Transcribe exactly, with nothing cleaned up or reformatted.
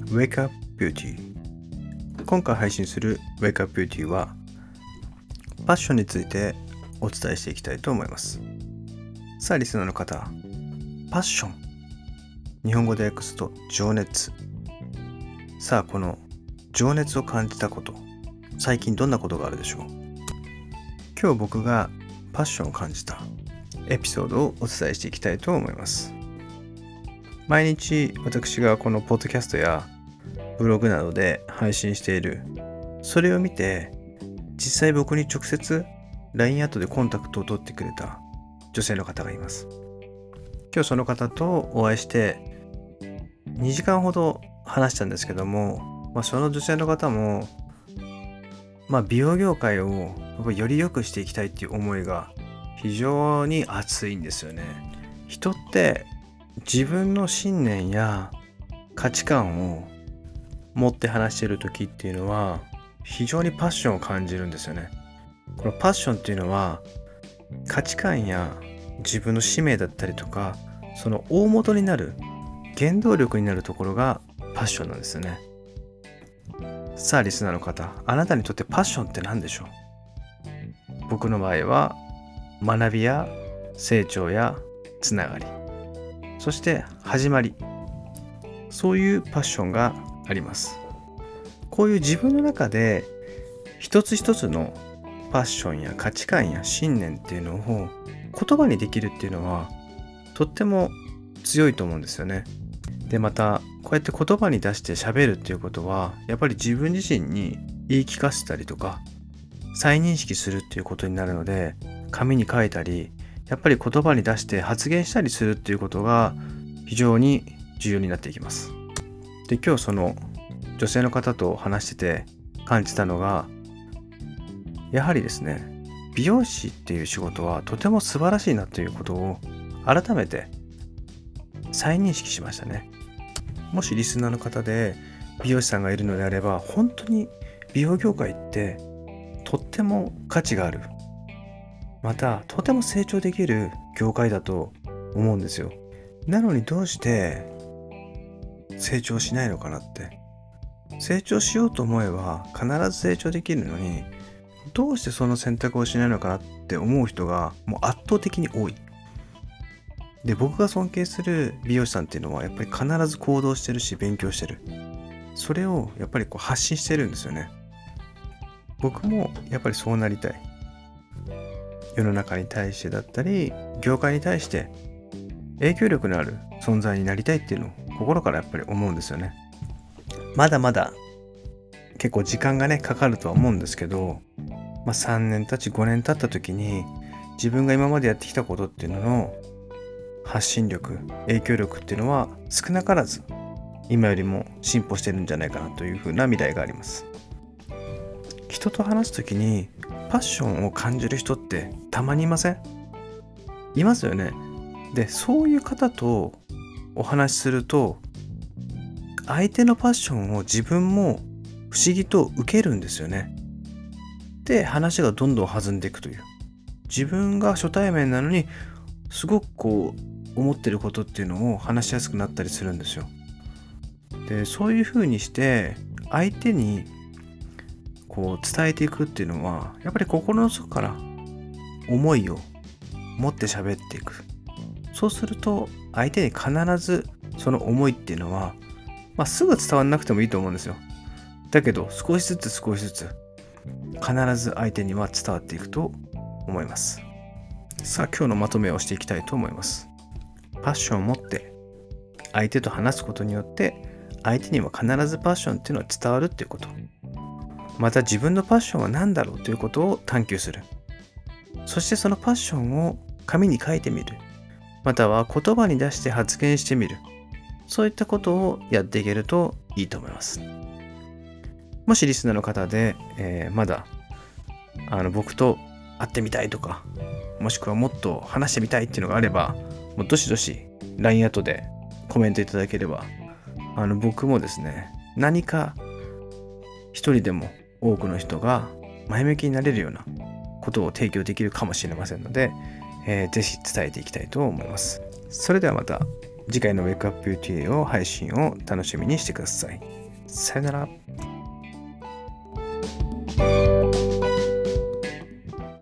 Wake Up Beauty。 今回配信する Wake Up Beauty はパッションについてお伝えしていきたいと思います。さあリスナーの方、パッション、日本語で訳すと情熱。さあこの情熱を感じたこと、最近どんなことがあるでしょう。今日僕がパッションを感じたエピソードをお伝えしていきたいと思います。毎日私がこのポッドキャストやブログなどで配信している、それを見て実際僕に直接 ライン アットでコンタクトを取ってくれた女性の方がいます。今日その方とお会いしてにじかんほど話したんですけども、まあ、その女性の方も、まあ、美容業界をより良くしていきたいっていう思いが非常に熱いんですよね。人って自分の信念や価値観を持って話している時っていうのは非常にパッションを感じるんですよね。このパッションっていうのは価値観や自分の使命だったりとか、その大元になる原動力になるところがパッションなんですよね。さあリスナーの方、あなたにとってパッションって何でしょう。僕の場合は学びや成長やつながり、そして始まり、そういうパッションがあります。こういう自分の中で一つ一つのパッションや価値観や信念っていうのを言葉にできるっていうのはとっても強いと思うんですよね。でまたこうやって言葉に出して喋るっていうことはやっぱり自分自身に言い聞かせたりとか再認識するっていうことになるので、紙に書いたりやっぱり言葉に出して発言したりするっていうことが非常に重要になっていきます。で今日その女性の方と話してて感じたのが、やはりですね、美容師っていう仕事はとても素晴らしいなということを改めて再認識しましたね。もしリスナーの方で美容師さんがいるのであれば、本当に美容業界ってとっても価値がある、またとても成長できる業界だと思うんですよ。なのにどうして成長しないのかなって。成長しようと思えば必ず成長できるのに、どうしてその選択をしないのかなって思う人がもう圧倒的に多い。で僕が尊敬する美容師さんっていうのはやっぱり必ず行動してるし勉強してる、それをやっぱりこう発信してるんですよね。僕もやっぱりそうなりたい。世の中に対してだったり業界に対して影響力のある存在になりたいっていうのを心からやっぱり思うんですよね。まだまだ結構時間がねかかるとは思うんですけど、まあ、さんねん経ちごねん経った時に自分が今までやってきたことっていうのの発信力、影響力っていうのは少なからず今よりも進歩してるんじゃないかなというふうな未来があります。人と話す時にパッションを感じる人ってたまにいません？いますよね。でそういう方とお話しすると相手のパッションを自分も不思議と受けるんですよね。で話がどんどん弾んでいくという、自分が初対面なのにすごくこう思ってることっていうのを話しやすくなったりするんですよ。でそういう風にして相手にこう伝えていくっていうのはやっぱり心の底から思いを持って喋っていく。そうすると相手に必ずその思いっていうのは、まあ、すぐ伝わんなくてもいいと思うんですよ。だけど少しずつ少しずつ必ず相手には伝わっていくと思います。さあ今日のまとめをしていきたいと思います。パッションを持って相手と話すことによって相手には必ずパッションっていうのは伝わるっていうこと、また自分のパッションは何だろうということを探求する。そしてそのパッションを紙に書いてみる、または言葉に出して発言してみる、そういったことをやっていけるといいと思います。もしリスナーの方で、えー、まだあの僕と会ってみたいとか、もしくはもっと話してみたいっていうのがあれば、もうどしどし ライン アットでコメントいただければ、あの僕もですね、何か一人でも多くの人が前向きになれるようなことを提供できるかもしれませんので、えー、ぜひ伝えていきたいと思います。それではまた次回の Wake Up Beauty を配信を楽しみにしてください。さよなら。